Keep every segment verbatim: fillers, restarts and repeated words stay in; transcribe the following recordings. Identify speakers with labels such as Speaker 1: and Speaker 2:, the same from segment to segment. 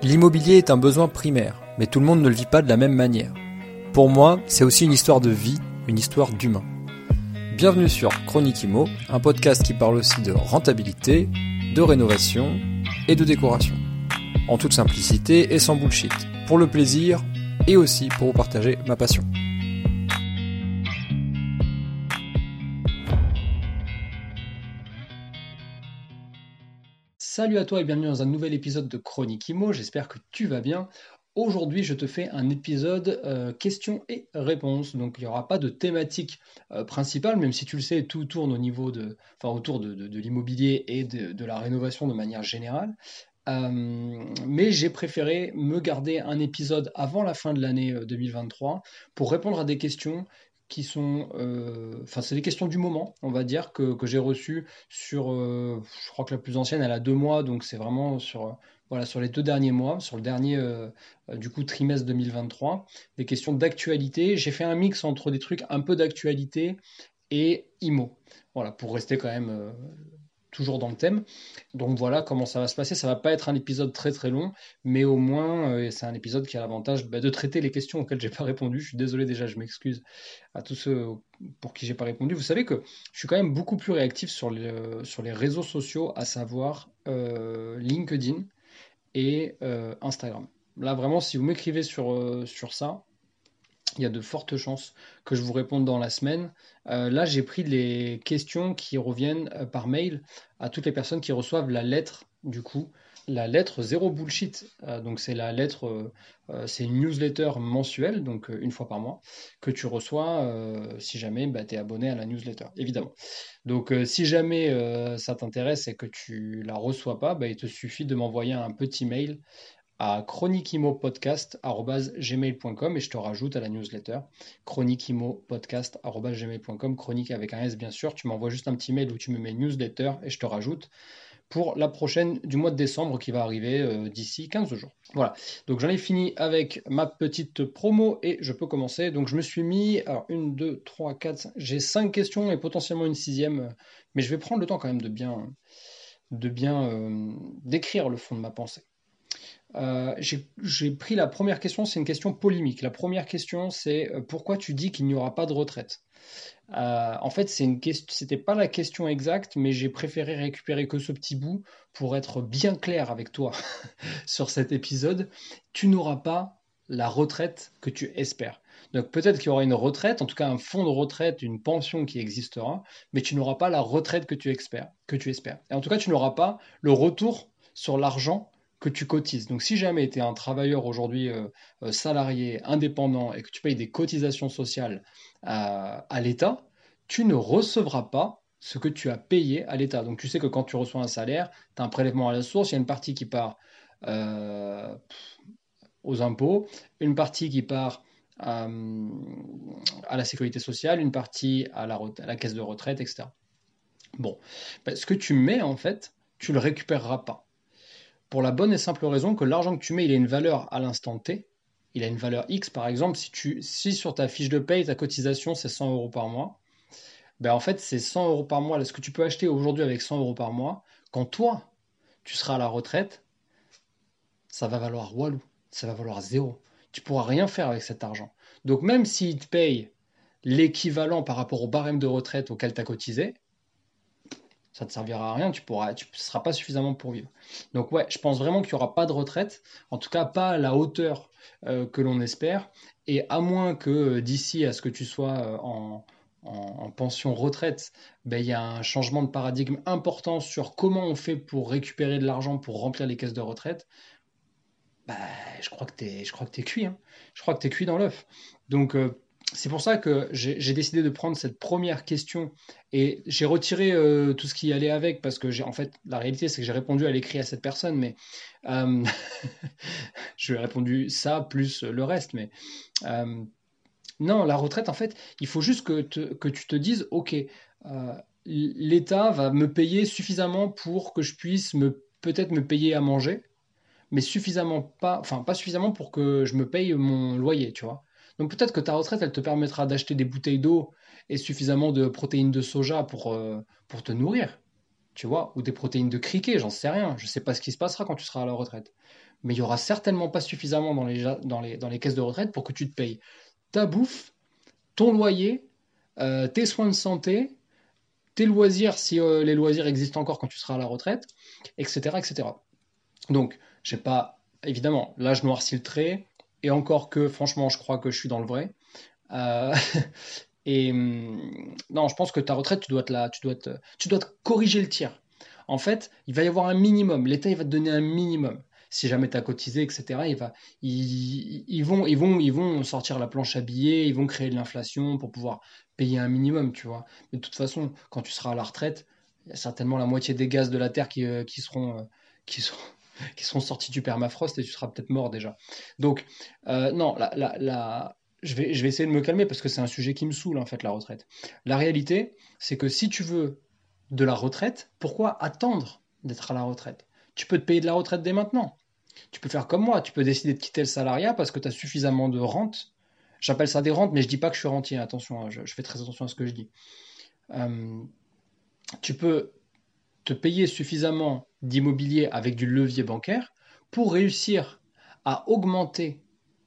Speaker 1: L'immobilier est un besoin primaire, mais tout le monde ne le vit pas de la même manière. Pour moi, c'est aussi une histoire de vie, une histoire d'humain. Bienvenue sur Chronique Immo, un podcast qui parle aussi de rentabilité, de rénovation et de décoration. En toute simplicité et sans bullshit, pour le plaisir et aussi pour vous partager ma passion. Salut à toi et bienvenue dans un nouvel épisode de Chronique Immo, j'espère que tu vas bien. Aujourd'hui, je te fais un épisode euh, questions et réponses. Donc, il n'y aura pas de thématique euh, principale, même si tu le sais, tout tourne au niveau de, enfin, autour de, de- de l'immobilier et de, de la rénovation de manière générale. Euh, mais j'ai préféré me garder un épisode avant la fin de l'année euh, deux mille vingt-trois pour répondre à des questions qui sont, euh, enfin, c'est des questions du moment, on va dire, que, que j'ai reçues sur, euh, je crois que la plus ancienne, elle a deux mois, donc c'est vraiment sur, euh, voilà, sur les deux derniers mois, sur le dernier, euh, euh, du coup, trimestre deux mille vingt-trois, des questions d'actualité. J'ai fait un mix entre des trucs un peu d'actualité et IMO. Voilà, pour rester quand même euh, toujours dans le thème. Donc voilà comment ça va se passer. Ça va pas être un épisode très très long, mais au moins euh, c'est un épisode qui a l'avantage bah, de traiter les questions auxquelles j'ai pas répondu. Je suis désolé déjà, je m'excuse à tous ceux pour qui j'ai pas répondu. Vous savez que je suis quand même beaucoup plus réactif sur les, euh, sur les réseaux sociaux, à savoir euh, LinkedIn et euh, Instagram. Là vraiment, si vous m'écrivez sur, euh, sur ça, il y a de fortes chances que je vous réponde dans la semaine. Euh, là, j'ai pris les questions qui reviennent euh, par mail à toutes les personnes qui reçoivent la lettre, du coup, la lettre zéro bullshit. Euh, donc, c'est la lettre, euh, euh, c'est une newsletter mensuelle, donc euh, une fois par mois, que tu reçois euh, si jamais bah, tu es abonné à la newsletter, évidemment. Donc, euh, si jamais euh, ça t'intéresse et que tu la reçois pas, bah, il te suffit de m'envoyer un petit mail à chroniquimopodcast arobase gmail point com et je te rajoute à la newsletter chroniquimopodcast arobase gmail point com, chronique avec un S bien sûr. Tu m'envoies juste un petit mail où tu me mets newsletter et je te rajoute pour la prochaine du mois de décembre qui va arriver euh, d'ici quinze jours. Voilà, donc j'en ai fini avec ma petite promo et je peux commencer. Donc je me suis mis, alors une, deux, trois, quatre, j'ai cinq questions et potentiellement une sixième, mais je vais prendre le temps quand même de bien, de bien euh, décrire le fond de ma pensée. Euh, j'ai j'ai pris la première question, c'est une question polémique. La première question, c'est euh, pourquoi tu dis qu'il n'y aura pas de retraite? Euh, en fait, c'est une question, c'était pas la question exacte, mais j'ai préféré récupérer que ce petit bout pour être bien clair avec toi sur cet épisode. Tu n'auras pas la retraite que tu espères. Donc peut-être qu'il y aura une retraite, en tout cas un fonds de retraite, une pension qui existera, mais tu n'auras pas la retraite que tu espères, que tu espères. Et en tout cas, tu n'auras pas le retour sur l'argent que tu cotises. Donc si jamais tu es un travailleur aujourd'hui euh, euh, salarié, indépendant et que tu payes des cotisations sociales à, à l'État, tu ne recevras pas ce que tu as payé à l'État. Donc tu sais que quand tu reçois un salaire, tu as un prélèvement à la source, il y a une partie qui part euh, aux impôts, une partie qui part euh, à la sécurité sociale, une partie à la, à la caisse de retraite, et cetera. Bon, ben, ce que tu mets en fait, tu le récupéreras pas. Pour la bonne et simple raison que l'argent que tu mets, il a une valeur à l'instant T. Il a une valeur X, par exemple, si, tu, si sur ta fiche de paye, ta cotisation, c'est cent euros par mois, ben en fait, c'est cent euros par mois. Là, ce que tu peux acheter aujourd'hui avec cent euros par mois, quand toi, tu seras à la retraite, ça va valoir walou, ça va valoir zéro. Tu pourras rien faire avec cet argent. Donc même s'ils te payent l'équivalent par rapport au barème de retraite auquel tu as cotisé, ça ne te servira à rien, tu pourras, tu ne seras pas suffisamment pour vivre. Donc ouais, je pense vraiment qu'il n'y aura pas de retraite, en tout cas pas à la hauteur euh, que l'on espère, et à moins que euh, d'ici à ce que tu sois euh, en, en, en pension retraite, ben, il y a un changement de paradigme important sur comment on fait pour récupérer de l'argent pour remplir les caisses de retraite. Bah, je crois que t'es, je crois que t'es cuit, hein. Je crois que t'es cuit dans l'œuf. Donc, euh, c'est pour ça que j'ai j'ai décidé de prendre cette première question et j'ai retiré euh, tout ce qui allait avec parce que j'ai, en fait, la réalité, c'est que j'ai répondu à l'écrit à cette personne, mais euh, je lui ai répondu ça plus le reste. Mais euh, non, la retraite, en fait, il faut juste que, te- que tu te dises, ok, euh, l'État va me payer suffisamment pour que je puisse me peut-être me payer à manger mais suffisamment pas, enfin pas suffisamment pour que je me paye mon loyer, tu vois. Donc peut-être que ta retraite, elle te permettra d'acheter des bouteilles d'eau et suffisamment de protéines de soja pour, euh, pour te nourrir. tu vois, ou des protéines de criquet, j'en sais rien. Je sais pas ce qui se passera quand tu seras à la retraite. Mais il y aura certainement pas suffisamment dans les, ja- dans les, dans les caisses de retraite pour que tu te payes ta bouffe, ton loyer, euh, tes soins de santé, tes loisirs, si euh, les loisirs existent encore quand tu seras à la retraite, et cetera, et cetera. Donc, j'ai pas, évidemment, là je noircis le trait, et encore que, franchement, je crois que je suis dans le vrai. Euh, et hum, non, je pense que ta retraite, tu dois te la, tu dois te, tu dois te corriger le tir. En fait, il va y avoir un minimum. L'État, il va te donner un minimum. Si jamais tu as cotisé, et cetera, il va, ils, ils vont, ils vont, ils vont sortir la planche à billets, ils vont créer de l'inflation pour pouvoir payer un minimum, tu vois. Mais de toute façon, quand tu seras à la retraite, il y a certainement la moitié des gaz de la Terre qui, euh, qui seront, euh, qui seront, qui seront sortis du permafrost et tu seras peut-être mort déjà. Donc, euh, non, la, la, la, je vais, je vais essayer de me calmer parce que c'est un sujet qui me saoule, en fait, la retraite. La réalité, c'est que si tu veux de la retraite, pourquoi attendre d'être à la retraite? Tu peux te payer de la retraite dès maintenant. Tu peux faire comme moi, tu peux décider de quitter le salariat parce que tu as suffisamment de rente. J'appelle ça des rentes, mais je dis pas que je suis rentier, attention, hein, je, je fais très attention à ce que je dis. Euh, Tu peux te payer suffisamment d'immobilier avec du levier bancaire pour réussir à augmenter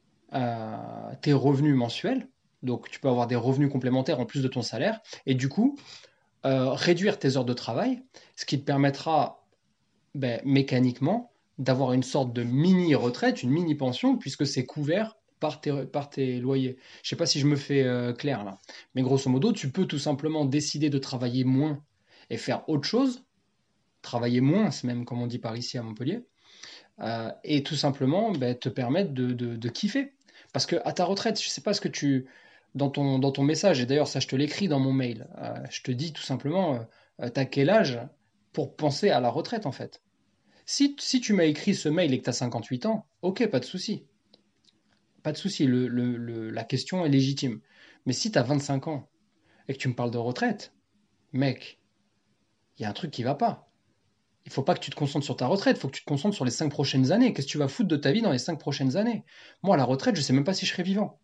Speaker 1: euh, tes revenus mensuels. Donc, tu peux avoir des revenus complémentaires en plus de ton salaire. Et du coup, euh, réduire tes heures de travail, ce qui te permettra ben, mécaniquement d'avoir une sorte de mini-retraite, une mini-pension, puisque c'est couvert par tes, par tes loyers. Je ne sais pas si je me fais euh, clair là. Mais grosso modo, tu peux tout simplement décider de travailler moins et faire autre chose, travailler moins, c'est même comme on dit par ici à Montpellier, euh, et tout simplement ben, te permettre de, de, de kiffer. Parce que à ta retraite, je ne sais pas ce que tu... Dans ton, dans ton message, et d'ailleurs ça je te l'écris dans mon mail, euh, je te dis tout simplement, euh, t'as quel âge pour penser à la retraite en fait. Si, si tu m'as écrit ce mail et que tu as cinquante-huit ans, ok, pas de souci. Pas de souci, le, le- le- la question est légitime. Mais si tu as vingt-cinq ans et que tu me parles de retraite, mec, il y a un truc qui va pas. Il faut pas que tu te concentres sur ta retraite, il faut que tu te concentres sur les cinq prochaines années. Qu'est-ce que tu vas foutre de ta vie dans les cinq prochaines années? Moi, la retraite, je sais même pas si je serai vivant.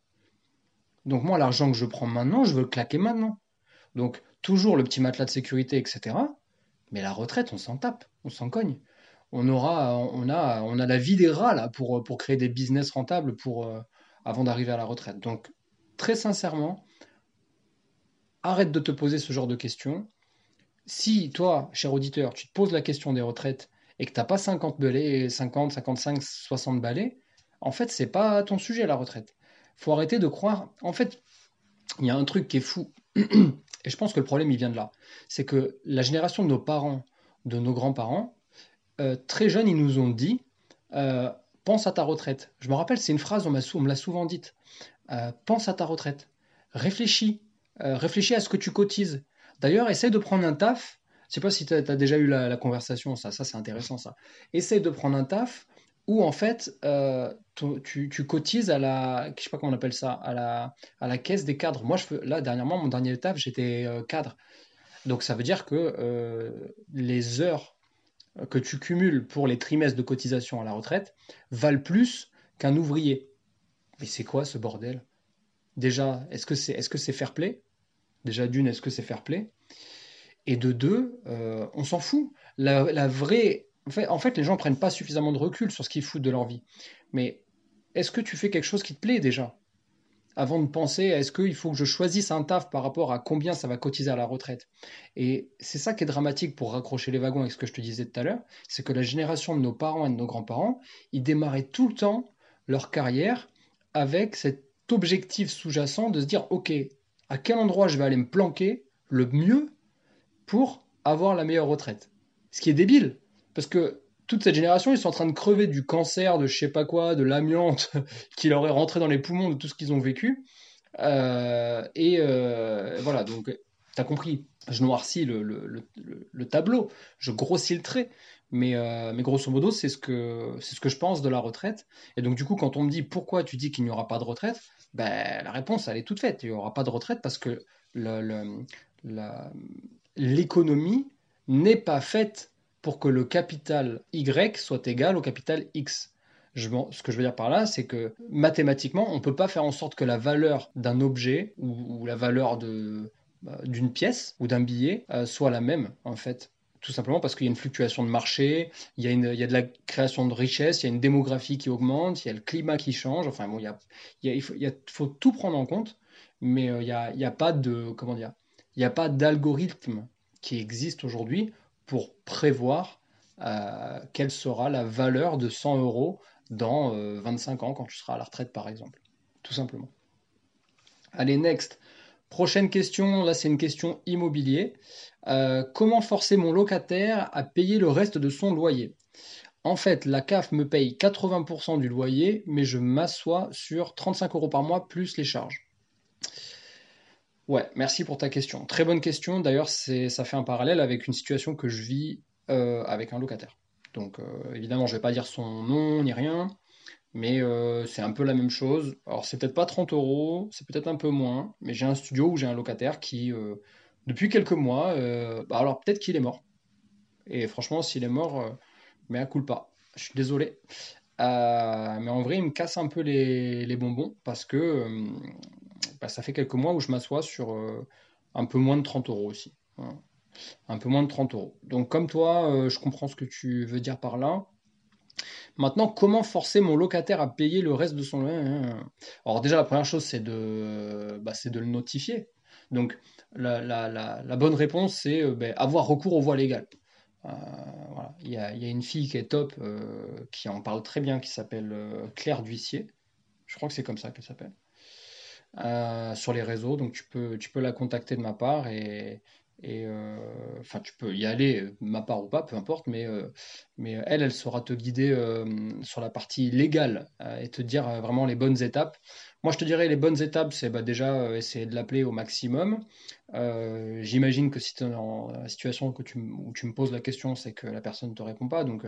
Speaker 1: Donc moi, l'argent que je prends maintenant, je veux le claquer maintenant. Donc toujours le petit matelas de sécurité, et cetera. Mais la retraite, on s'en tape, on s'en cogne. On aura, on a, on a la vie des rats là pour, pour créer des business rentables pour, euh, avant d'arriver à la retraite. Donc très sincèrement, arrête de te poser ce genre de questions. Si toi, cher auditeur, tu te poses la question des retraites et que tu n'as pas cinquante balais, cinquante, cinquante-cinq, soixante balais, en fait, c'est pas ton sujet la retraite. Faut arrêter de croire. En fait, il y a un truc qui est fou, et je pense que le problème il vient de là. C'est que la génération de nos parents, de nos grands-parents, euh, très jeunes, ils nous ont dit euh, pense à ta retraite. Je me rappelle, c'est une phrase, on, m'a sou- on me l'a souvent dite. Euh, pense à ta retraite. Réfléchis. Euh, réfléchis à ce que tu cotises. D'ailleurs, essaye de prendre un taf. Je sais pas si tu as déjà eu la, la conversation, ça, ça c'est intéressant ça. Essaye de prendre un taf où en fait euh, tu, tu- tu cotises à la, je sais pas comment on appelle ça, à la, à la caisse des cadres. Moi, je fais, là dernièrement, mon dernier taf, j'étais euh, cadre. Donc ça veut dire que euh, les heures que tu cumules pour les trimestres de cotisation à la retraite valent plus qu'un ouvrier. Mais c'est quoi ce bordel? Déjà, est-ce que c'est est-ce que c'est fair play? Déjà d'une, est-ce que c'est fair play? Et de deux, euh, on s'en fout. La, la vraie, en fait, en fait, les gens prennent pas suffisamment de recul sur ce qu'ils foutent de leur vie. Mais est-ce que tu fais quelque chose qui te plaît déjà? Avant de penser à est-ce qu'il faut que je choisisse un taf par rapport à combien ça va cotiser à la retraite. Et c'est ça qui est dramatique pour raccrocher les wagons avec ce que je te disais tout à l'heure, c'est que la génération de nos parents et de nos grands-parents, ils démarraient tout le temps leur carrière avec cet objectif sous-jacent de se dire, OK, à quel endroit je vais aller me planquer le mieux pour avoir la meilleure retraite. Ce qui est débile, parce que toute cette génération, ils sont en train de crever du cancer, de je sais pas quoi, de l'amiante qui leur est rentré dans les poumons de tout ce qu'ils ont vécu. Euh, et euh, voilà, donc tu as compris, je noircis le, le, le, le, tableau, je grossis le trait, mais, euh, mais grosso modo, c'est ce, que, c'est ce que je pense de la retraite. Et donc du coup, quand on me dit pourquoi tu dis qu'il n'y aura pas de retraite, ben, la réponse, elle est toute faite. Il n'y aura pas de retraite parce que le, le, la, l'économie n'est pas faite pour que le capital Y soit égal au capital X. Je, ce que je veux dire par là, c'est que mathématiquement, on ne peut pas faire en sorte que la valeur d'un objet ou, ou la valeur de, euh, d'une pièce ou d'un billet euh, soit la même, en fait. tout simplement parce qu'il y a une fluctuation de marché, il y a, une, il y a de la création de richesse, il y a une démographie qui augmente, il y a le climat qui change. Enfin bon, il, y a, il, y a, il, faut, il y a, faut tout prendre en compte, mais euh, il n'y a, il y a pas de, comment dire, il n'y a pas d'algorithme qui existe aujourd'hui pour prévoir euh, quelle sera la valeur de cent euros dans euh, vingt-cinq ans quand tu seras à la retraite, par exemple. Tout simplement. Allez, next. Prochaine question, là c'est une question immobilier. Euh, comment forcer mon locataire à payer le reste de son loyer? En fait, la C A F me paye quatre-vingts pour cent du loyer, mais je m'assois sur trente-cinq euros par mois plus les charges. Ouais, merci pour ta question. Très bonne question. D'ailleurs, c'est, ça fait un parallèle avec une situation que je vis euh, avec un locataire. Donc, euh, évidemment, je ne vais pas dire son nom ni rien, mais euh, c'est un peu la même chose. Alors, c'est peut-être pas trente euros, c'est peut-être un peu moins, mais j'ai un studio où j'ai un locataire qui, euh, depuis quelques mois, euh, bah alors peut-être qu'il est mort. Et franchement, s'il est mort, euh, mais à culpa. Je suis désolé. Euh, mais en vrai, il me casse un peu les, les bonbons parce que euh, bah, ça fait quelques mois où je m'assois sur euh, un peu moins de trente euros aussi. Voilà. Un peu moins de trente euros. Donc, comme toi, euh, je comprends ce que tu veux dire par là. Maintenant, comment forcer mon locataire à payer le reste de son loyer? Alors déjà, la première chose, c'est de, bah, c'est de le notifier. Donc, la, la- la- la bonne réponse, c'est euh, ben, avoir recours aux voies légales. Euh, voilà. Il y a, il y a une fille qui est top, euh, qui en parle très bien, qui s'appelle euh, Claire D'Huissier. Je crois que c'est comme ça qu'elle s'appelle. Euh, sur les réseaux. Donc tu peux, tu peux la contacter de ma part et, et euh, enfin tu peux y aller de ma part ou pas, peu importe, mais, euh, mais elle, elle saura te guider euh, sur la partie légale euh, et te dire euh, vraiment les bonnes étapes. Moi, je te dirais les bonnes étapes, c'est bah, déjà euh, essayer de l'appeler au maximum. Euh, j'imagine que si tu es dans la situation que tu, m- où tu me poses la question, c'est que la personne ne te répond pas. Donc,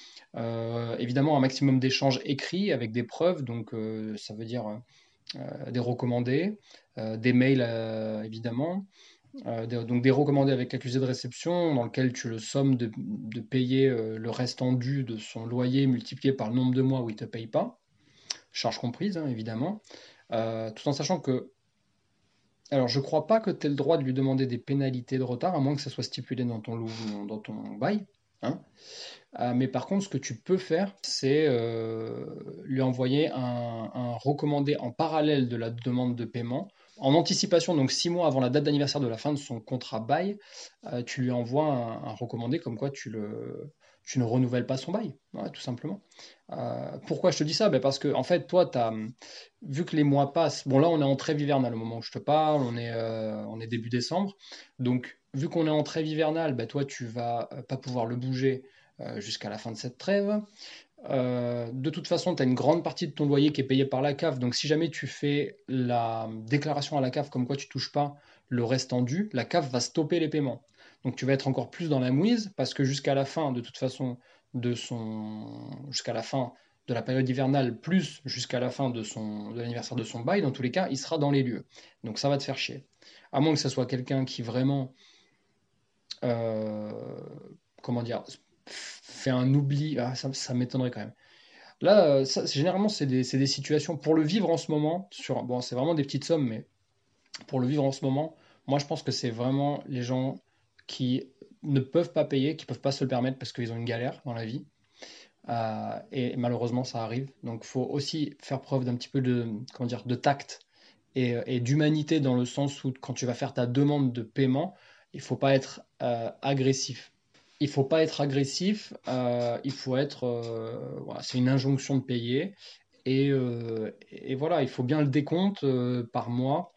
Speaker 1: euh, évidemment, un maximum d'échanges écrits avec des preuves. Donc, euh, ça veut dire euh, des recommandés, euh, des mails euh, évidemment, euh, des, donc des recommandés avec accusé de réception dans lequel tu le sommes de, de payer euh, le restant dû de son loyer multiplié par le nombre de mois où il ne te paye pas, charges comprises hein, évidemment, euh, tout en sachant que, alors je ne crois pas que tu aies le droit de lui demander des pénalités de retard, à moins que ça soit stipulé dans ton, dans ton bail. Hein. Euh, mais par contre, ce que tu peux faire, c'est euh, lui envoyer un, un recommandé en parallèle de la demande de paiement. En anticipation, donc six mois avant la date d'anniversaire de la fin de son contrat bail, euh, tu lui envoies un, un recommandé comme quoi tu, le, tu ne renouvelles pas son bail, ouais, tout simplement. Euh, pourquoi je te dis ça? Ben parce que, en fait, toi, t'as, vu que les mois passent, bon là, on est en trêve hivernale au moment où je te parle, on est, euh, on est début décembre, donc vu qu'on est en trêve hivernale, ben, toi, tu vas euh, pas pouvoir le bouger euh, jusqu'à la fin de cette trêve. Euh, de toute façon, tu as une grande partie de ton loyer qui est payé par la C A F. Donc, si jamais tu fais la déclaration à la C A F comme quoi tu touches pas le restant dû, la C A F va stopper les paiements. Donc, tu vas être encore plus dans la mouise parce que jusqu'à la fin, de toute façon, de son, jusqu'à la fin de la période hivernale, plus jusqu'à la fin de son, de l'anniversaire de son bail, dans tous les cas, il sera dans les lieux. Donc, ça va te faire chier. À moins que ce soit quelqu'un qui vraiment, euh, comment dire, fait un oubli. Ah, ça, ça m'étonnerait quand même. Là, euh, ça, c'est- généralement, c'est des, c'est des situations pour le vivre en ce moment. Sur, bon, c'est vraiment des petites sommes, mais pour le vivre en ce moment, moi, je pense que c'est vraiment les gens qui ne peuvent pas payer, qui peuvent pas se le permettre parce qu'ils ont une galère dans la vie. Euh, et malheureusement, ça arrive. Donc, il faut aussi faire preuve d'un petit peu de, comment dire, de tact et, et d'humanité dans le sens où quand tu vas faire ta demande de paiement, il faut pas être euh, agressif. Il faut pas être agressif, euh, il faut être, euh, voilà, c'est une injonction de payer et, euh, et voilà, il faut bien le décompte euh, par mois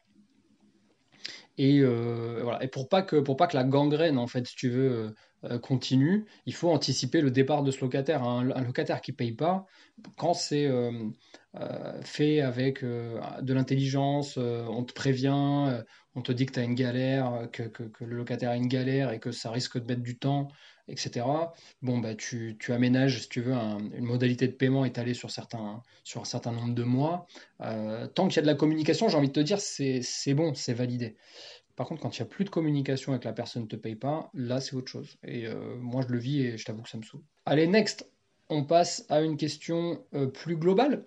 Speaker 1: et, euh, voilà. Et pour pas que, pour pas que la gangrène, en fait, si tu veux, euh, euh, continue, il faut anticiper le départ de ce locataire. Un, un locataire qui paye pas, quand c'est euh, euh, fait avec euh, de l'intelligence, euh, on te prévient, euh, on te dit que tu as une galère, que, que- que le locataire a une galère et que ça risque de mettre du temps, et cetera. Bon, bah, tu, tu aménages, si tu veux, un- une modalité de paiement étalée sur certains, sur un certain nombre de mois. Euh, tant qu'il y a de la communication, j'ai envie de te dire, c'est c'est bon, c'est validé. Par contre, quand il n'y a plus de communication et que la personne ne te paye pas, là, c'est autre chose. Et euh, moi, je le vis et je t'avoue que ça me saoule. Allez, next. On passe à une question euh, plus globale.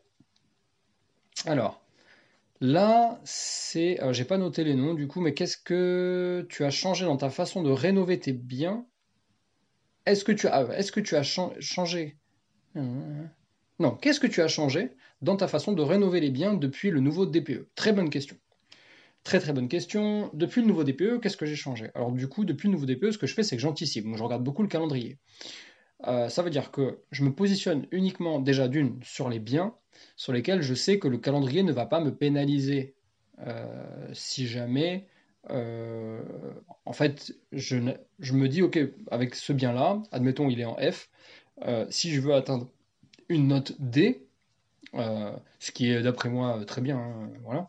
Speaker 1: Alors, là, c'est... alors, j'ai pas noté les noms du coup, mais qu'est-ce que tu as changé dans ta façon de rénover tes biens est-ce que tu as, est-ce que tu as chan- changé? Non, qu'est-ce que tu as changé dans ta façon de rénover les biens depuis le nouveau D P E? Très bonne question. Très très bonne question. Depuis le nouveau D P E, qu'est-ce que j'ai changé? Alors du coup, depuis le nouveau D P E, ce que je fais, c'est que j'anticipe. Donc je regarde beaucoup le calendrier. Euh, ça veut dire que je me positionne uniquement déjà d'une sur les biens sur lesquels je sais que le calendrier ne va pas me pénaliser euh, si jamais. euh, En fait, je, ne- je me dis, ok, avec ce bien-là, admettons il est en F, euh, si je veux atteindre une note D, euh, ce qui est d'après moi très bien, hein, voilà.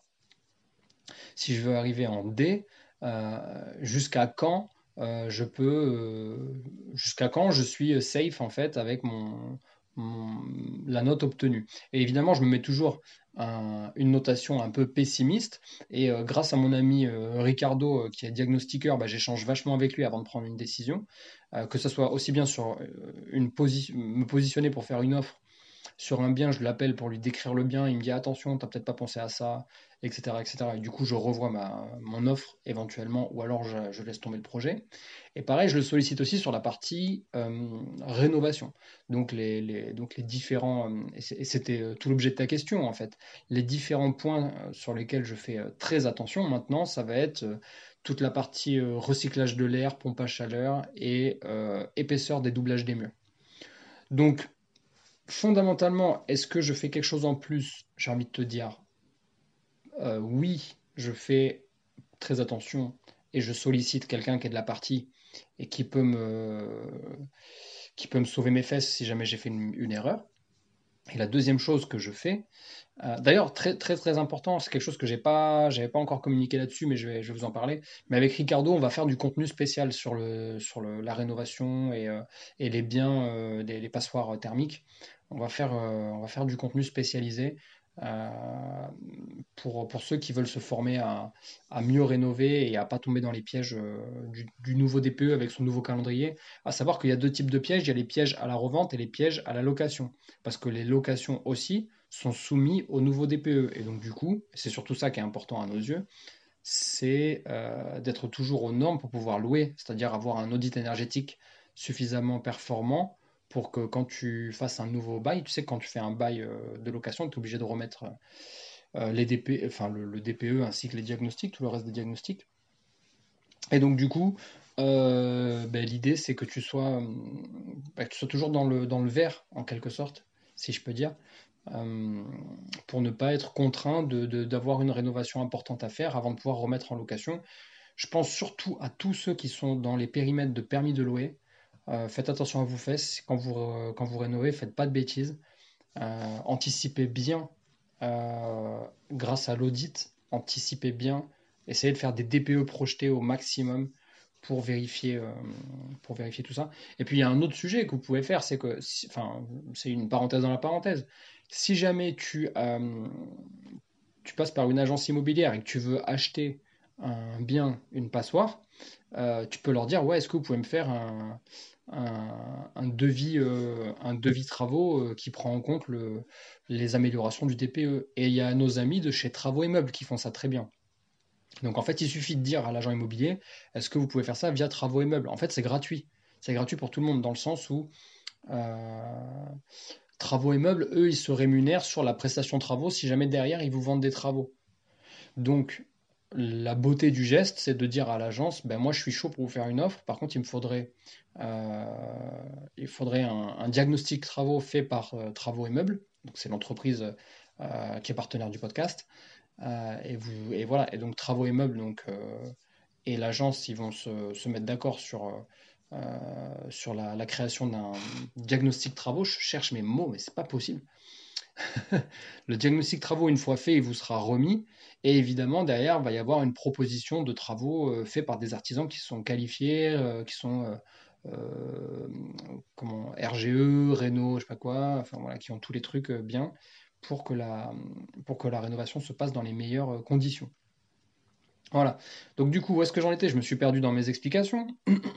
Speaker 1: Si je veux arriver en D, euh, jusqu'à quand euh, je peux, euh, jusqu'à quand je suis safe en fait avec mon, mon- la note obtenue. Et évidemment, je me mets toujours un- une notation un peu pessimiste. Et euh, grâce à mon ami euh, Ricardo, euh, qui est diagnostiqueur, bah, j'échange vachement avec lui avant de prendre une décision. Euh, que ce soit aussi bien sur euh, une posi- me positionner pour faire une offre sur un bien, je l'appelle pour lui décrire le bien, il me dit attention, t'as peut-être pas pensé à ça, et cetera, et cetera. Et cetera. Et du coup, je revois ma, mon offre éventuellement, ou alors je, je laisse tomber le projet. Et pareil, je le sollicite aussi sur la partie euh, rénovation. Donc les, les, donc les différents, euh, et c'était euh, tout l'objet de ta question en fait, les différents points euh, sur lesquels je fais euh, très attention maintenant, ça va être euh, toute la partie euh, recyclage de l'air, pompe à chaleur et euh, épaisseur des doublages des murs. Donc fondamentalement, est-ce que je fais quelque chose en plus? J'ai envie de te dire, euh, oui, je fais très attention et je sollicite quelqu'un qui est de la partie et qui peut me, qui peut me sauver mes fesses si jamais j'ai fait une, une erreur. Et la deuxième chose que je fais, euh, d'ailleurs très très très important, c'est quelque chose que j'ai pas, j'avais pas encore communiqué là-dessus, mais je vais, je vais vous en parler. Mais avec Ricardo, on va faire du contenu spécial sur le, sur le, la rénovation et, euh, et les biens, euh, des- les passoires thermiques. On va faire, euh, on va faire du contenu spécialisé euh, pour, pour ceux qui veulent se former à, à mieux rénover et à pas tomber dans les pièges euh, du, du nouveau D P E avec son nouveau calendrier. À savoir qu'il y a deux types de pièges, il y a les pièges à la revente et les pièges à la location. Parce que les locations aussi sont soumis au nouveau D P E. Et donc du coup, c'est surtout ça qui est important à nos yeux, c'est euh, d'être toujours aux normes pour pouvoir louer, c'est-à-dire avoir un audit énergétique suffisamment performant pour que quand tu fasses un nouveau bail, tu sais que quand tu fais un bail euh, de location, tu es obligé de remettre euh, les D P, enfin, le, le D P E ainsi que les diagnostics, tout le reste des diagnostics. Et donc du coup, euh, ben, l'idée c'est que tu sois, ben, que tu sois toujours dans le, dans le vert, en quelque sorte, si je peux dire, euh, pour ne pas être contraint de, de- d'avoir une rénovation importante à faire avant de pouvoir remettre en location. Je pense surtout à tous ceux qui sont dans les périmètres de permis de louer. Euh, faites attention à vos fesses quand vous, euh, quand vous rénovez, faites pas de bêtises. Euh, anticipez bien euh, grâce à l'audit, anticipez bien, essayez de faire des D P E projetés au maximum pour vérifier, euh, pour vérifier tout ça. Et puis il y a un autre sujet que vous pouvez faire, c'est que, si- enfin, c'est une parenthèse dans la parenthèse. Si jamais tu, euh, tu passes par une agence immobilière et que tu veux acheter un bien, une passoire, euh, tu peux leur dire, ouais, est-ce que vous pouvez me faire un, un, un devis, euh, un devis travaux euh, qui prend en compte le, les améliorations du D P E. Et il y a nos amis de chez Travaux et Meubles qui font ça très bien. Donc en fait, il suffit de dire à l'agent immobilier, est-ce que vous pouvez faire ça via Travaux et Meubles? En fait, c'est gratuit. C'est gratuit pour tout le monde dans le sens où euh, Travaux et Meubles, eux, ils se rémunèrent sur la prestation travaux si jamais derrière ils vous vendent des travaux. Donc, la beauté du geste, c'est de dire à l'agence, ben moi je suis chaud pour vous faire une offre. Par contre, il me faudrait, euh, il faudrait un, un diagnostic travaux fait par euh, Travaux et Meubles. Donc, c'est l'entreprise euh, qui est partenaire du podcast. Euh, et, vous, et voilà. Et donc, Travaux et Meubles donc, euh, et l'agence, ils vont se, se mettre d'accord sur, euh, sur la, la création d'un diagnostic travaux. Je cherche mes mots, mais c'est pas possible. Le diagnostic travaux, une fois fait, il vous sera remis. Et évidemment, derrière, il va y avoir une proposition de travaux euh, faits par des artisans qui sont qualifiés, euh, qui sont euh, euh, comment, R G E, Renault, je sais pas quoi, enfin voilà, qui ont tous les trucs euh, bien pour que la, pour que la rénovation se passe dans les meilleures euh, conditions. Voilà. Donc du coup, où est-ce que j'en étais? Je me suis perdu dans mes explications.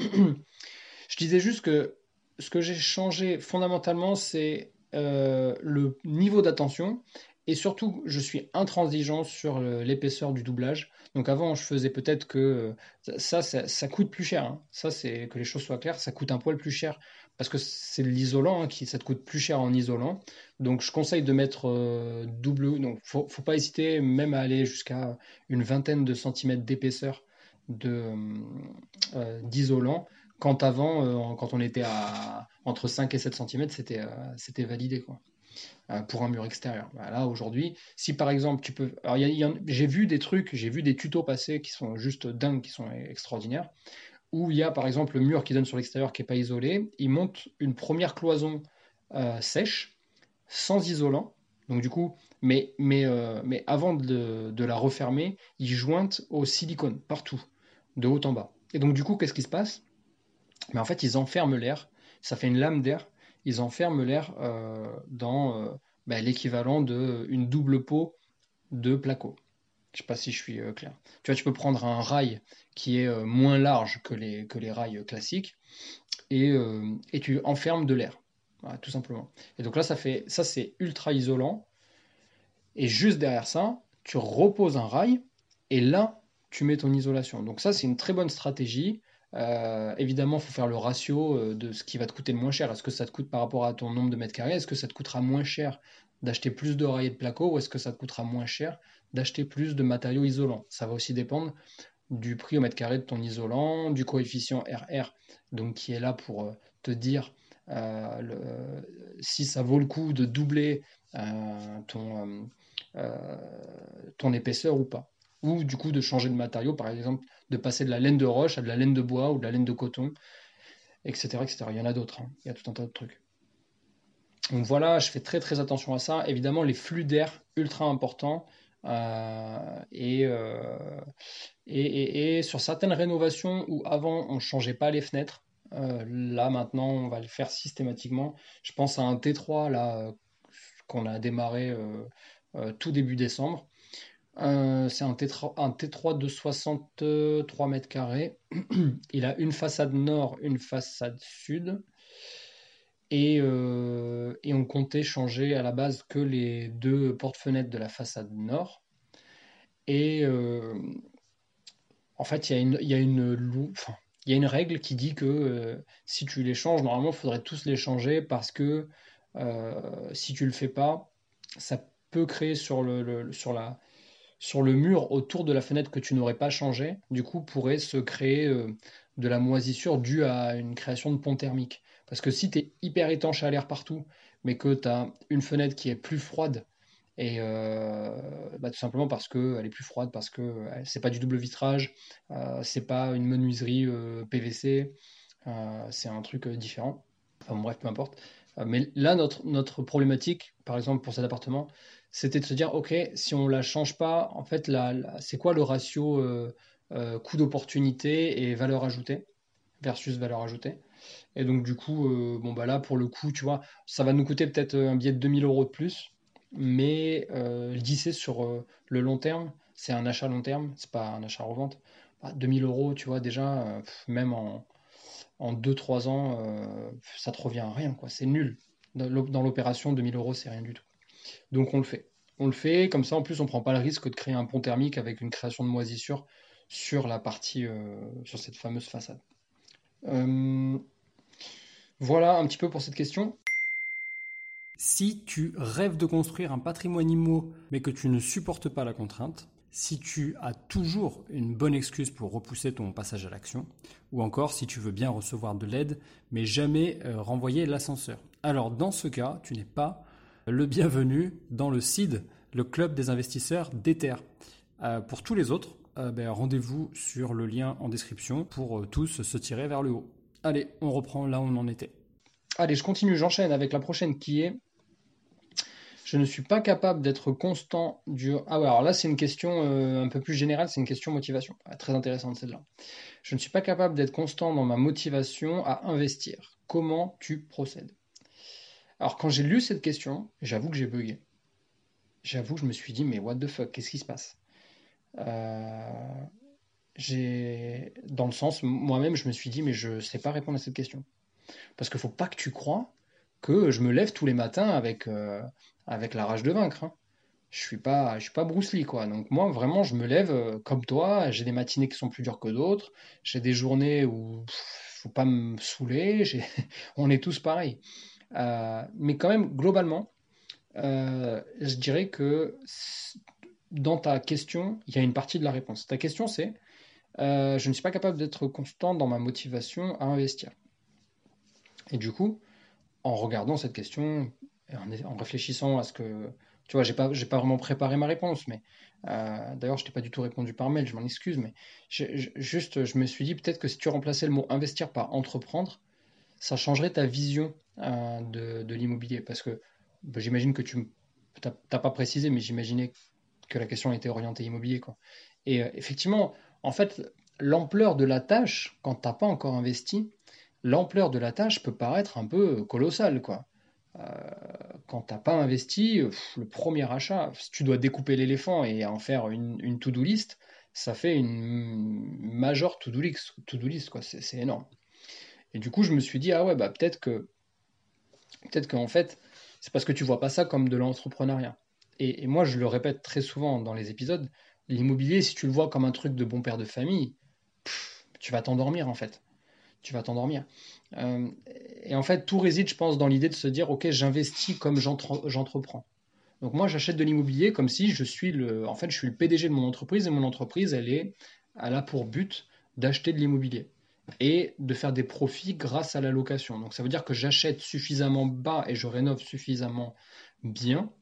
Speaker 1: Je disais juste que ce que j'ai changé fondamentalement, c'est euh, le niveau d'attention Et surtout, je suis intransigeant sur le- l'épaisseur du doublage. Donc avant, je faisais peut-être que euh, ça, ça, ça coûte plus cher, hein. Ça, c'est que les choses soient claires, ça coûte un poil plus cher parce que c'est de l'isolant, hein, qui ça te coûte plus cher en isolant. Donc je conseille de mettre euh, double. Donc faut, faut pas hésiter même à aller jusqu'à une vingtaine de centimètres d'épaisseur de euh, d'isolant. Quand avant, euh, quand on était à entre cinq et sept centimètres, c'était euh, c'était validé, quoi, euh, pour un mur extérieur. Bah, là, aujourd'hui, si par exemple tu peux. Alors, il y a- il y en- j'ai vu des trucs, j'ai vu des tutos passer qui sont juste dingues, qui sont extraordinaires, où il y a par exemple le mur qui donne sur l'extérieur qui n'est pas isolé. Ils montent une première cloison euh, sèche, sans isolant. Donc, du coup, mais, mais, euh, mais avant de, de la refermer, ils jointent au silicone partout, de haut en bas. Et donc, du coup, qu'est-ce qui se passe? Mais en fait, ils enferment l'air, ça fait une lame d'air, ils enferment l'air euh, dans euh, bah, l'équivalent d'une double peau de placo. Je sais pas si je suis euh, clair. Tu vois, tu peux prendre un rail qui est euh, moins large que les, que les rails classiques et, euh, et tu enfermes de l'air. Voilà, tout simplement. Et donc là, ça fait, ça c'est ultra isolant. Et juste derrière ça, tu reposes un rail et là, tu mets ton isolation. Donc ça, c'est une très bonne stratégie. Euh, évidemment, il faut faire le ratio euh, de ce qui va te coûter le moins cher. Est-ce que ça te coûte par rapport à ton nombre de mètres carrés? Est-ce que ça te coûtera moins cher d'acheter plus de rails et de placo ou est-ce que ça te coûtera moins cher d'acheter plus de matériaux isolants? Ça va aussi dépendre du prix au mètre carré de ton isolant, du coefficient R R, donc qui est là pour euh, te dire euh, le, si ça vaut le coup de doubler euh, ton, euh, euh, ton épaisseur ou pas. Ou du coup de changer de matériau, par exemple, de passer de la laine de roche à de la laine de bois ou de la laine de coton, et cetera et cetera. Il y en a d'autres, hein. Il y a tout un tas de trucs. Donc voilà, je fais très très attention à ça. Évidemment, les flux d'air, ultra importants. Euh, et, euh, et, et- et sur certaines rénovations où avant on ne changeait pas les fenêtres, euh, là maintenant on va le faire systématiquement. Je pense à un T trois là euh, qu'on a démarré euh, euh, tout début décembre. Euh, c'est un T trois, un T trois de soixante-trois mètres carrés. Il a une façade nord, une façade sud. Et, euh, et on comptait changer à la base que les deux portes-fenêtres de la façade nord. Et euh, en fait, il y a une, il y a une, lou- enfin, il y a une règle qui dit que euh, si tu les changes, normalement, il faudrait tous les changer parce que euh, si tu le fais pas, ça peut créer sur le, le- sur la, sur le mur autour de la fenêtre que tu n'aurais pas changé, du coup, pourrait se créer euh, de la moisissure due à une création de pont thermique. Parce que si tu es hyper étanche à l'air partout, mais que tu as une fenêtre qui est plus froide, et euh, bah, tout simplement parce qu'elle est plus froide, parce que euh, c'est pas du double vitrage, euh, c'est pas une menuiserie euh, P V C, euh, c'est un truc euh, différent. Enfin bon, bref, peu importe. Euh, mais là, notre, notre problématique, par exemple pour cet appartement, c'était de se dire, ok, si on la change pas, en fait, la, la- c'est quoi le ratio euh, euh, coût d'opportunité et valeur ajoutée versus valeur ajoutée? Et donc, du coup, euh, bon, bah là, pour le coup, tu vois, ça va nous coûter peut-être un billet de deux mille euros de plus, mais euh, lisser sur euh, le long terme, c'est un achat long terme, c'est pas un achat revente. Bah, deux mille euros, tu vois, déjà, euh, pff, même en, en deux trois ans, euh, ça te revient à rien, quoi. C'est nul. Dans l'op- dans l'opération, deux mille euros, c'est rien du tout. Donc, on le fait. On le fait, comme ça, en plus, on prend pas le risque de créer un pont thermique avec une création de moisissure sur la partie, euh, sur cette fameuse façade. Euh, voilà un petit peu pour cette question.
Speaker 2: Si tu rêves de construire un patrimoine immo mais que tu ne supportes pas la contrainte, si tu as toujours une bonne excuse pour repousser ton passage à l'action, ou encore si tu veux bien recevoir de l'aide mais jamais euh, renvoyer l'ascenseur. Alors dans ce cas, tu n'es pas le bienvenu dans le C I D, le club des investisseurs d'Ether. Euh, pour tous les autres, euh, ben, rendez-vous sur le lien en description pour euh, tous se tirer vers le haut. Allez, on reprend là où on en était.
Speaker 1: Allez, je continue, j'enchaîne avec la prochaine qui est je ne suis pas capable d'être constant du. Ah ouais, alors là, c'est une question euh, un peu plus générale, c'est une question motivation. Ah, très intéressante celle-là. Je ne suis pas capable d'être constant dans ma motivation à investir. Comment tu procèdes? Alors, quand j'ai lu cette question, j'avoue que j'ai bugué. J'avoue que je me suis dit, mais what the fuck, qu'est-ce qui se passe? Euh, j'ai... Dans le sens, moi-même, je me suis dit, mais je ne sais pas répondre à cette question. Parce qu'il ne faut pas que tu crois que je me lève tous les matins avec, euh, avec la rage de vaincre, hein. je suis pas, je suis pas Bruce Lee, quoi. Donc moi, vraiment, je me lève euh, comme toi. J'ai des matinées qui sont plus dures que d'autres. J'ai des journées où pff, faut pas me saouler. J'ai- On est tous pareils. Euh, mais quand même, globalement, euh, je dirais que s- dans ta question, il y a une partie de la réponse. Ta question, c'est euh, je ne suis pas capable d'être constant dans ma motivation à investir. Et du coup, en regardant cette question, et en, en réfléchissant à ce que... Tu vois, j'ai pas, j'ai pas vraiment préparé ma réponse, mais euh, d'ailleurs, je t'ai pas du tout répondu par mail, je m'en excuse, mais j'ai- j'ai- juste, je me suis dit peut-être que si tu remplaçais le mot investir par entreprendre, ça changerait ta vision euh, de, de l'immobilier. Parce que bah, j'imagine que tu m- t'as t'as pas précisé, mais j'imaginais que la question était orientée immobilier, quoi. Et euh, effectivement, en fait, l'ampleur de la tâche, quand t'as pas encore investi, l'ampleur de la tâche peut paraître un peu colossale, quoi. Euh, Quand t'as pas investi, pff, le premier achat, si tu dois découper l'éléphant et en faire une, une to-do list, ça fait une majeure to-do list, to-do list, quoi. C'est c'est énorme. Et du coup, je me suis dit, ah ouais, bah peut-être que, peut-être qu'en fait, c'est parce que tu vois pas ça comme de l'entrepreneuriat. Et, et moi, je le répète très souvent dans les épisodes, l'immobilier, si tu le vois comme un truc de bon père de famille, pff, tu vas t'endormir en fait. Tu vas t'endormir. Euh, et en fait, tout réside, je pense, dans l'idée de se dire, ok, j'investis comme j'entre- j'entreprends. Donc moi, j'achète de l'immobilier comme si je suis le, en fait, je suis le P D G de mon entreprise et mon entreprise, elle est, elle a pour but d'acheter de l'immobilier et de faire des profits grâce à la location. Donc ça veut dire que j'achète suffisamment bas et je rénove suffisamment bien,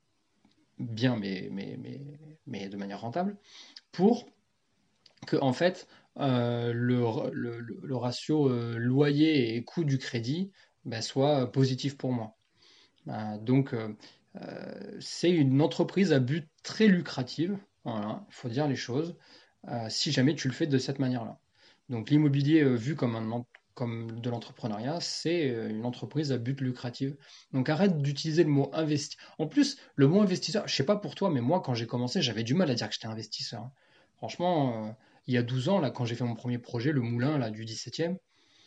Speaker 1: bien mais, mais, mais, mais de manière rentable, pour que en fait euh, le, le, le ratio euh, loyer et coût du crédit ben, soit positif pour moi. Euh, donc euh, euh, c'est une entreprise à but très lucrative, voilà, il faut dire les choses, euh, si jamais tu le fais de cette manière-là. Donc l'immobilier euh, vu comme, un, comme de l'entrepreneuriat, c'est euh, une entreprise à but lucratif. Donc arrête d'utiliser le mot investi. En plus, le mot investisseur, je sais pas pour toi, mais moi quand j'ai commencé, j'avais du mal à dire que j'étais investisseur, hein. Franchement, euh, il y a douze ans, là, quand j'ai fait mon premier projet, le moulin là, du dix-septième,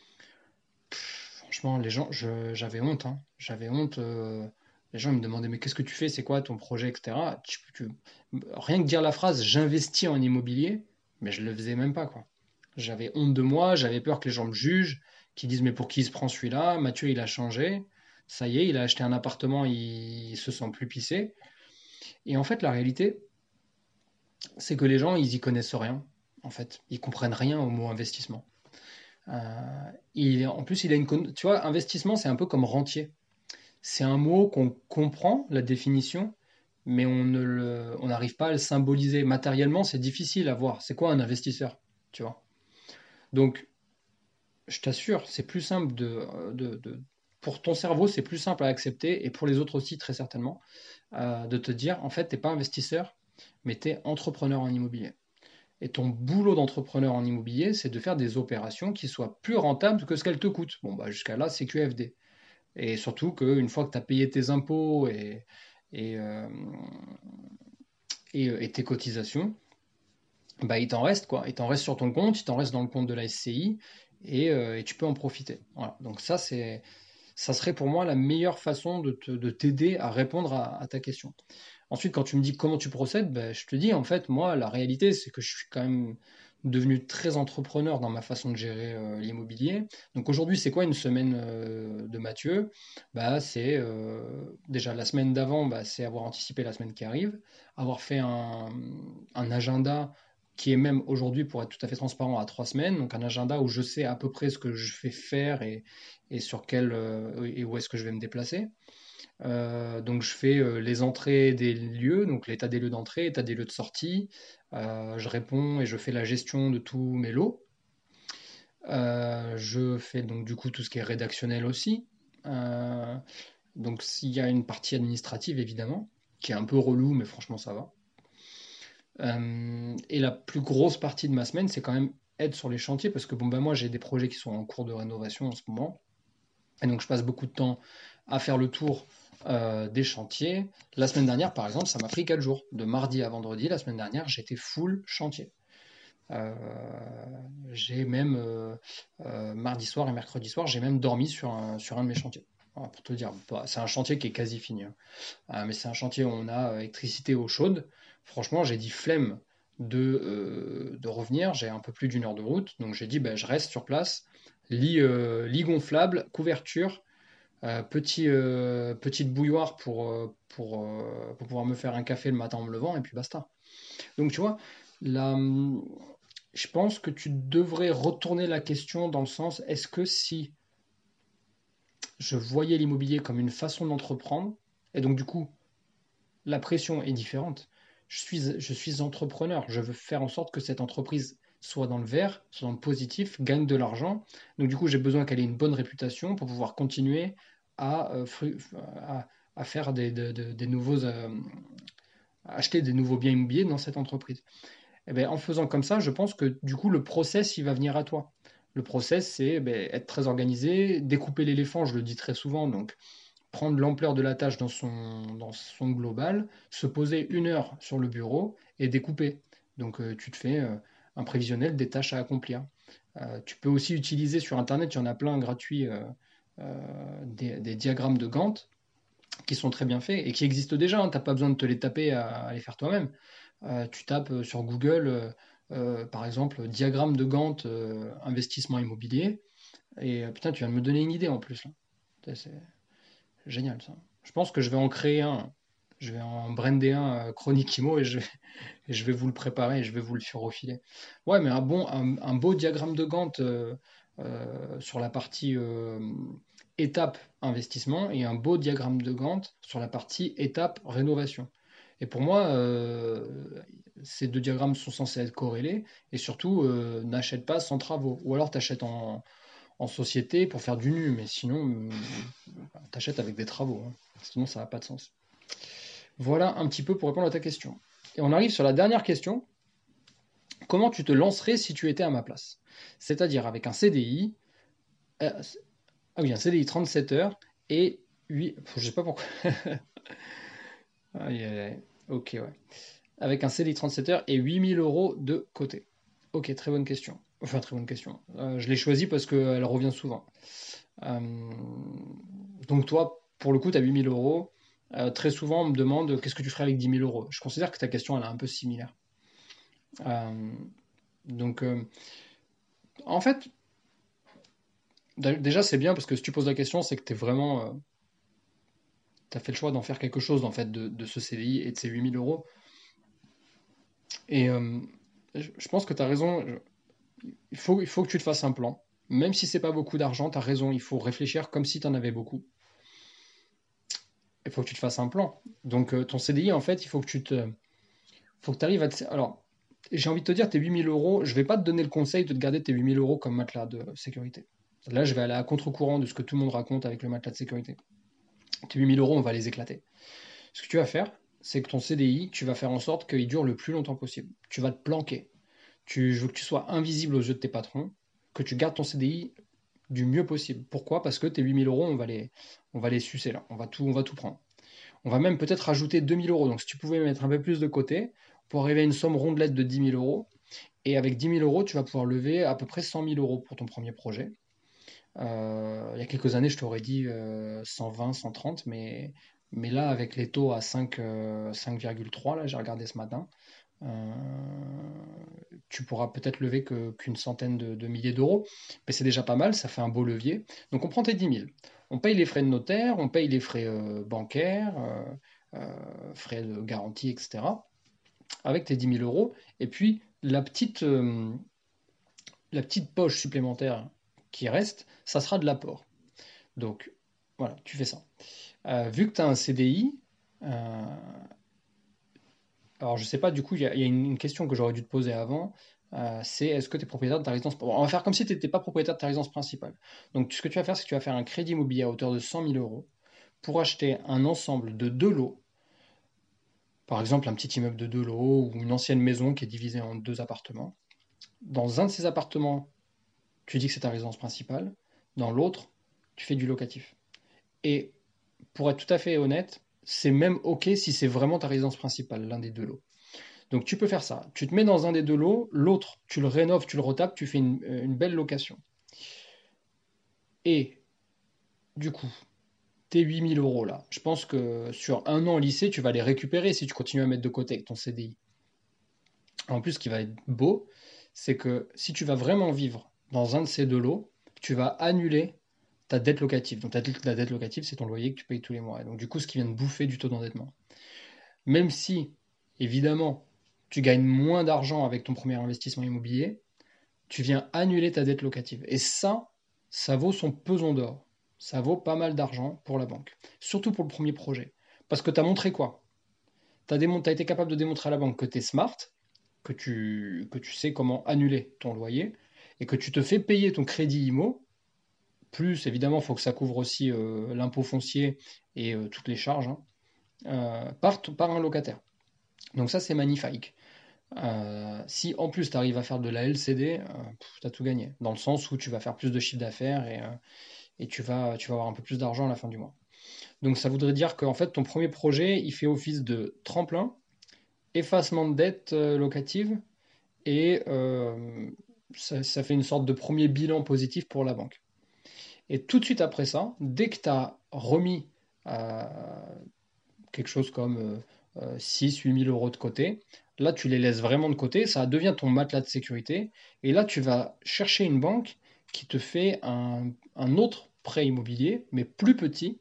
Speaker 1: franchement, les gens, je- j'avais honte, hein. J'avais honte. euh, les gens ils me demandaient, mais qu'est-ce que tu fais? C'est quoi ton projet, et cetera. Tu- tu- rien que dire la phrase, j'investis en immobilier, mais je le faisais même pas, quoi. J'avais honte de moi, j'avais peur que les gens me jugent, qu'ils disent, mais pour qui il se prend celui-là? Mathieu, il a changé. Ça y est, il a acheté un appartement, il, il se sent plus pissé. Et en fait, la réalité, c'est que les gens, ils y connaissent rien, en fait. Ils comprennent rien au mot investissement. Euh, il, en plus, il a une, con- tu vois, investissement, c'est un peu comme rentier. C'est un mot qu'on comprend, la définition, mais on ne le, on n'arrive pas à le symboliser. Matériellement, c'est difficile à voir. C'est quoi un investisseur, tu vois? Donc, je t'assure, c'est plus simple de, de, de- pour ton cerveau, c'est plus simple à accepter, et pour les autres aussi, très certainement, euh, de te dire, en fait, t'es pas investisseur, mais tu es entrepreneur en immobilier. Et ton boulot d'entrepreneur en immobilier, c'est de faire des opérations qui soient plus rentables que ce qu'elles te coûtent. Bon, bah, jusqu'à là, c'est Q F D. Et surtout qu'une fois que tu as payé tes impôts et, et, euh, et, et tes cotisations, bah, il t'en reste quoi. Il t'en reste sur ton compte, il t'en reste dans le compte de la S C I et, euh, et tu peux en profiter. Voilà. Donc ça, c'est, ça serait pour moi la meilleure façon de, te- de t'aider à répondre à, à ta question. Ensuite, quand tu me dis comment tu procèdes, ben, je te dis, en fait, moi, la réalité, c'est que je suis quand même devenu très entrepreneur dans ma façon de gérer euh, l'immobilier. Donc aujourd'hui, c'est quoi une semaine euh, de Mathieu? Bah, c'est euh, déjà la semaine d'avant, bah, c'est avoir anticipé la semaine qui arrive, avoir fait un, un agenda qui est même aujourd'hui, pour être tout à fait transparent, à trois semaines. Donc un agenda où je sais à peu près ce que je vais faire et, et sur quel euh, et où est-ce que je vais me déplacer. Euh, donc je fais euh, les entrées des lieux, donc l'état des lieux d'entrée, état des lieux de sortie. Euh, je réponds et je fais la gestion de tous mes lots. Euh, je fais donc du coup tout ce qui est rédactionnel aussi. Euh, donc s'il y a une partie administrative évidemment, qui est un peu relou, mais franchement ça va. Euh, et la plus grosse partie de ma semaine, c'est quand même être sur les chantiers, parce que bon ben moi j'ai des projets qui sont en cours de rénovation en ce moment. Et donc, je passe beaucoup de temps à faire le tour euh, des chantiers. La semaine dernière, par exemple, ça m'a pris quatre jours. De mardi à vendredi, la semaine dernière, j'étais full chantier. Euh, j'ai même, euh, euh, mardi soir et mercredi soir, j'ai même dormi sur un, sur un de mes chantiers. Alors, pour te dire, bah, c'est un chantier qui est quasi fini, hein. Euh, mais c'est un chantier où on a euh, électricité eau chaude. Franchement, j'ai dit flemme de, euh, de revenir. J'ai un peu plus d'une heure de route. Donc j'ai dit, ben, je reste sur place. Lit, euh, lit gonflable, couverture, euh, petit, euh, petite bouilloire pour, euh, pour, euh, pour pouvoir me faire un café le matin en me levant, et puis basta. Donc tu vois, là, hum, je pense que tu devrais retourner la question dans le sens, est-ce que si je voyais l'immobilier comme une façon d'entreprendre, et donc du coup, la pression est différente. Je suis, je suis entrepreneur. Je veux faire en sorte que cette entreprise soit dans le vert, soit dans le positif, gagne de l'argent. Donc du coup, j'ai besoin qu'elle ait une bonne réputation pour pouvoir continuer à, euh, à, à faire des, des, des, des nouveaux, euh, à acheter des nouveaux biens immobiliers dans cette entreprise. Et bien, en faisant comme ça, je pense que du coup, le process, il va venir à toi. Le process, c'est eh ben, être très organisé, découper l'éléphant, je le dis très souvent, donc prendre l'ampleur de la tâche dans son, dans son global, se poser une heure sur le bureau et découper. Donc euh, tu te fais euh, un prévisionnel des tâches à accomplir. Euh, tu peux aussi utiliser sur Internet, il y en a plein gratuits, euh, euh, des, des diagrammes de Gantt qui sont très bien faits et qui existent déjà, hein. Tu n'as pas besoin de te les taper à, à les faire toi-même. Euh, tu tapes euh, sur Google, euh, euh, par exemple, diagramme de Gantt, euh, investissement immobilier, et euh, putain, tu viens de me donner une idée en plus, là. C'est génial ça. Je pense que je vais en créer un. Je vais en brander un euh, Chronique Imo et je vais, et je vais vous le préparer et je vais vous le faire refiler. Ouais, mais un bon, un, un beau diagramme de Gantt euh, euh, sur la partie euh, étape investissement et un beau diagramme de Gantt sur la partie étape rénovation. Et pour moi, euh, ces deux diagrammes sont censés être corrélés et surtout, euh, n'achète pas sans travaux. Ou alors t'achètes en, en société pour faire du nu, mais sinon, euh, t'achètes avec des travaux, hein. Sinon, ça n'a pas de sens. Voilà un petit peu pour répondre à ta question. Et on arrive sur la dernière question. Comment tu te lancerais si tu étais à ma place? C'est-à-dire avec un C D I, euh, ah oui, un C D I trente-sept heures et huit, je sais pas pourquoi. Aïe, aïe, aïe. Ok, ouais. Avec un C D I trente-sept heures et huit mille euros de côté. Ok, très bonne question. Enfin, très bonne question. Euh, je l'ai choisie parce qu'elle revient souvent. Euh, donc toi, pour le coup, tu as huit mille euros. Euh, très souvent, on me demande qu'est-ce que tu ferais avec dix mille euros. Je considère que ta question, elle est un peu similaire. Euh, donc, euh, en fait, déjà, c'est bien parce que si tu poses la question, c'est que tu es vraiment, euh, tu as fait le choix d'en faire quelque chose en fait de, de ce C D I et de ces huit mille euros. Et euh, je je pense que tu as raison. Il faut, il faut que tu te fasses un plan. Même si c'est pas beaucoup d'argent, tu as raison. Il faut réfléchir comme si tu en avais beaucoup. Il faut que tu te fasses un plan. Donc, euh, ton C D I, en fait, il faut que tu te, faut que tu arrives à te... Alors, j'ai envie de te dire, tes huit mille euros, je vais pas te donner le conseil de te garder tes huit mille euros comme matelas de sécurité. Là, je vais aller à contre-courant de ce que tout le monde raconte avec le matelas de sécurité. Tes huit mille euros, on va les éclater. Ce que tu vas faire, c'est que ton C D I, tu vas faire en sorte qu'il dure le plus longtemps possible. Tu vas te planquer. Tu, je veux que tu sois invisible aux yeux de tes patrons, que tu gardes ton C D I du mieux possible. Pourquoi? Parce que tes huit mille euros, on va les, on va les sucer là. On va tout, on va tout prendre. On va même peut-être rajouter deux mille euros. Donc, si tu pouvais mettre un peu plus de côté pour arriver à une somme rondelette de dix mille euros, et avec dix mille euros, tu vas pouvoir lever à peu près cent mille euros pour ton premier projet. Euh, il y a quelques années, je t'aurais dit euh, cent vingt, cent trente, mais, mais là, avec les taux à cinq, euh, cinq virgule trois, là, j'ai regardé ce matin, euh, tu pourras peut-être lever que, qu'une centaine de, de milliers d'euros, mais c'est déjà pas mal, ça fait un beau levier. Donc on prend tes dix mille, on paye les frais de notaire, on paye les frais euh, bancaires, euh, euh, frais de garantie, et cetera, avec tes dix mille euros, et puis la petite, euh, la petite poche supplémentaire qui reste, ça sera de l'apport. Donc voilà, tu fais ça. Euh, vu que tu as un C D I, euh, alors je sais pas, du coup, il y, a il y a une, une question que j'aurais dû te poser avant, euh, c'est est-ce que tu es propriétaire de ta résidence? Bon, on va faire comme si tu n'étais pas propriétaire de ta résidence principale. Donc ce que tu vas faire, c'est que tu vas faire un crédit immobilier à hauteur de cent mille euros pour acheter un ensemble de deux lots, par exemple un petit immeuble de deux lots ou une ancienne maison qui est divisée en deux appartements. Dans un de ces appartements, tu dis que c'est ta résidence principale, dans l'autre, tu fais du locatif. Et pour être tout à fait honnête, c'est même OK si c'est vraiment ta résidence principale, l'un des deux lots. Donc tu peux faire ça. Tu te mets dans un des deux lots, l'autre, tu le rénoves, tu le retapes, tu fais une, une belle location. Et du coup, tes huit mille euros là, je pense que sur un an au lycée, tu vas les récupérer si tu continues à mettre de côté avec ton C D I. En plus, ce qui va être beau, c'est que si tu vas vraiment vivre dans un de ces deux lots, tu vas annuler ta dette locative. Donc ta dette, la dette locative, c'est ton loyer que tu payes tous les mois. Et donc du coup, ce qui vient de bouffer du taux d'endettement. Même si, évidemment, tu gagnes moins d'argent avec ton premier investissement immobilier, tu viens annuler ta dette locative. Et ça, ça vaut son pesant d'or. Ça vaut pas mal d'argent pour la banque. Surtout pour le premier projet. Parce que tu as montré quoi? Tu as, démon- t'as été capable de démontrer à la banque que tu es smart, que tu, que tu sais comment annuler ton loyer, et que tu te fais payer ton crédit IMO. Plus, évidemment, il faut que ça couvre aussi euh, l'impôt foncier et euh, toutes les charges, hein, euh, par, par un locataire. Donc ça, c'est magnifique. Euh, si en plus tu arrives à faire de la L C D, euh, tu as tout gagné. Dans le sens où tu vas faire plus de chiffre d'affaires et, euh, et tu, vas, tu vas avoir un peu plus d'argent à la fin du mois. Donc ça voudrait dire qu'en fait, ton premier projet, il fait office de tremplin, effacement de dette euh, locative et euh, ça, ça fait une sorte de premier bilan positif pour la banque. Et tout de suite après ça, dès que tu as remis euh, quelque chose comme euh, euh, six huit mille euros de côté. Là, tu les laisses vraiment de côté, ça devient ton matelas de sécurité. Et là, tu vas chercher une banque qui te fait un, un autre prêt immobilier, mais plus petit,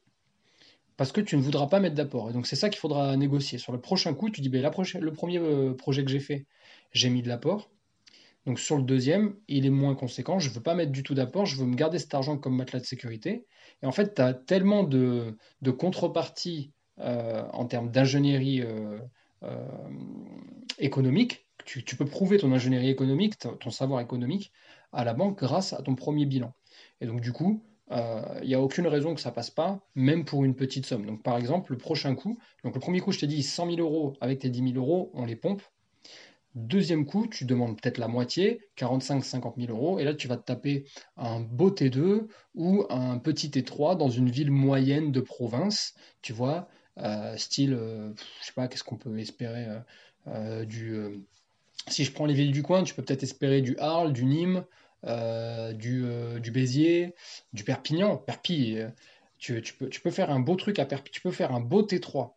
Speaker 1: parce que tu ne voudras pas mettre d'apport. Et donc, c'est ça qu'il faudra négocier. Sur le prochain coup, tu dis, ben, la prochaine, le premier euh, projet que j'ai fait, j'ai mis de l'apport. Donc, sur le deuxième, il est moins conséquent. Je ne veux pas mettre du tout d'apport. Je veux me garder cet argent comme matelas de sécurité. Et en fait, tu as tellement de, de contreparties euh, en termes d'ingénierie euh, euh, économique. Tu, tu peux prouver ton ingénierie économique, ton savoir économique à la banque grâce à ton premier bilan. Et donc, du coup, il euh, n'y a aucune raison que ça passe pas, même pour une petite somme. Donc, par exemple, le prochain coup, donc le premier coup, je t'ai dit cent mille euros avec tes dix mille euros, on les pompe. Deuxième coup, tu demandes peut-être la moitié, quarante-cinq à cinquante mille euros, et là tu vas te taper un beau T deux ou un petit T trois dans une ville moyenne de province, tu vois, euh, style, euh, je sais pas, qu'est-ce qu'on peut espérer euh, euh, du, euh, si je prends les villes du coin, tu peux peut-être espérer du Arles, du Nîmes, euh, du, euh, du Béziers, du Perpignan. Perpi, euh, tu, tu peux, tu peux faire un beau truc à Perpi, tu peux faire un beau T trois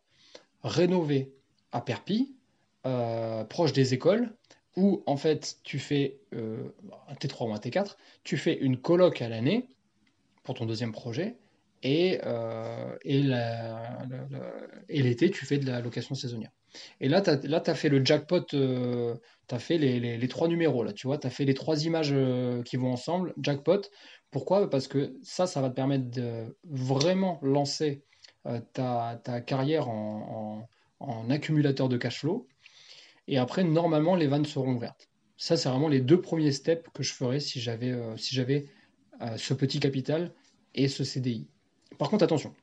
Speaker 1: rénové à Perpignan, euh, proche des écoles, où en fait tu fais euh, un T trois ou un T quatre, tu fais une coloc à l'année pour ton deuxième projet, et, euh, et, la- la- la- et l'été tu fais de la location saisonnière. Et là, tu as, là, t'as fait le jackpot, euh, tu as fait les, les- les trois numéros, là, tu vois, tu as fait les trois images euh, qui vont ensemble, jackpot. Pourquoi? Parce que ça, ça va te permettre de vraiment lancer euh, ta, ta carrière en, en- en accumulateur de cash flow. Et après, normalement, les vannes seront ouvertes. Ça, c'est vraiment les deux premiers steps que je ferais si j'avais euh, si j'avais euh, ce petit capital et ce C D I. Par contre, attention,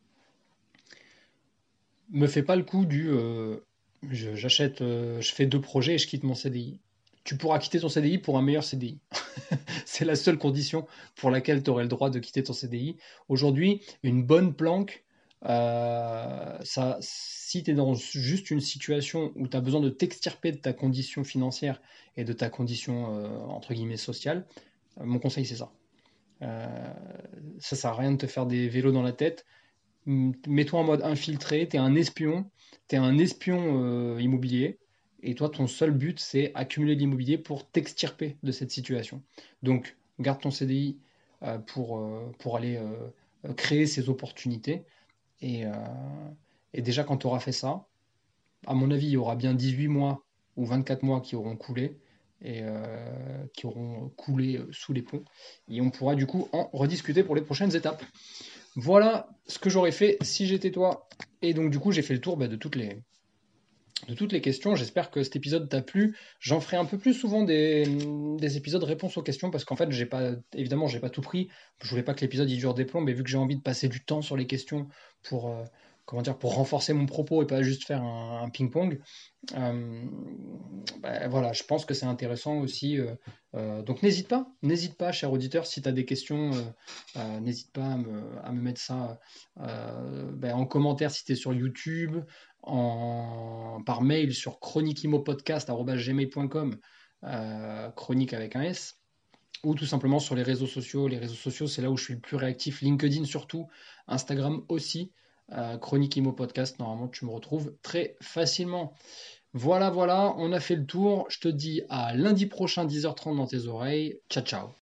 Speaker 1: me fais pas le coup du euh, je- j'achète, euh, je fais deux projets et je quitte mon C D I. Tu pourras quitter ton C D I pour un meilleur C D I. C'est la seule condition pour laquelle tu aurais le droit de quitter ton C D I. Aujourd'hui, une bonne planque, euh, ça, si tu es dans juste une situation où tu as besoin de t'extirper de ta condition financière et de ta condition, euh, entre guillemets, sociale, euh, mon conseil, c'est ça. Euh, ça sert à rien de te faire des vélos dans la tête. Mets-toi en mode infiltré, tu es un espion, tu es un espion euh, immobilier, et toi, ton seul but, c'est accumuler de l'immobilier pour t'extirper de cette situation. Donc, garde ton C D I euh, pour, euh, pour aller euh, euh, créer ces opportunités, et, euh, et déjà, quand tu auras fait ça, à mon avis, il y aura bien dix-huit mois ou vingt-quatre mois qui auront coulé, et euh, qui auront coulé euh, sous les ponts, et on pourra du coup en rediscuter pour les prochaines étapes. Voilà ce que j'aurais fait si j'étais toi. Et donc du coup, j'ai fait le tour bah, de, toutes les, de toutes les questions. J'espère que cet épisode t'a plu. J'en ferai un peu plus souvent des, des épisodes réponses aux questions parce qu'en fait, j'ai pas, évidemment, j'ai pas tout pris. Je voulais pas que l'épisode il dure des plombs, mais vu que j'ai envie de passer du temps sur les questions pour, euh, comment dire, pour renforcer mon propos et pas juste faire un, un ping-pong, euh, bah, voilà, je pense que c'est intéressant aussi. Euh, euh, donc n'hésite pas, n'hésite pas, cher auditeur, si tu as des questions, euh, euh, n'hésite pas à me, à me mettre ça euh, bah, en commentaire si tu es sur YouTube, en, par mail sur chroniquimopodcast arobase gmail point com, euh, chronique avec un S. ou tout simplement sur les réseaux sociaux. Les réseaux sociaux, c'est là où je suis le plus réactif. LinkedIn surtout, Instagram aussi. Euh, Chronique Immo Podcast, normalement tu me retrouves très facilement. Voilà, voilà, on a fait le tour. Je te dis à lundi prochain, dix heures trente dans tes oreilles. Ciao, ciao.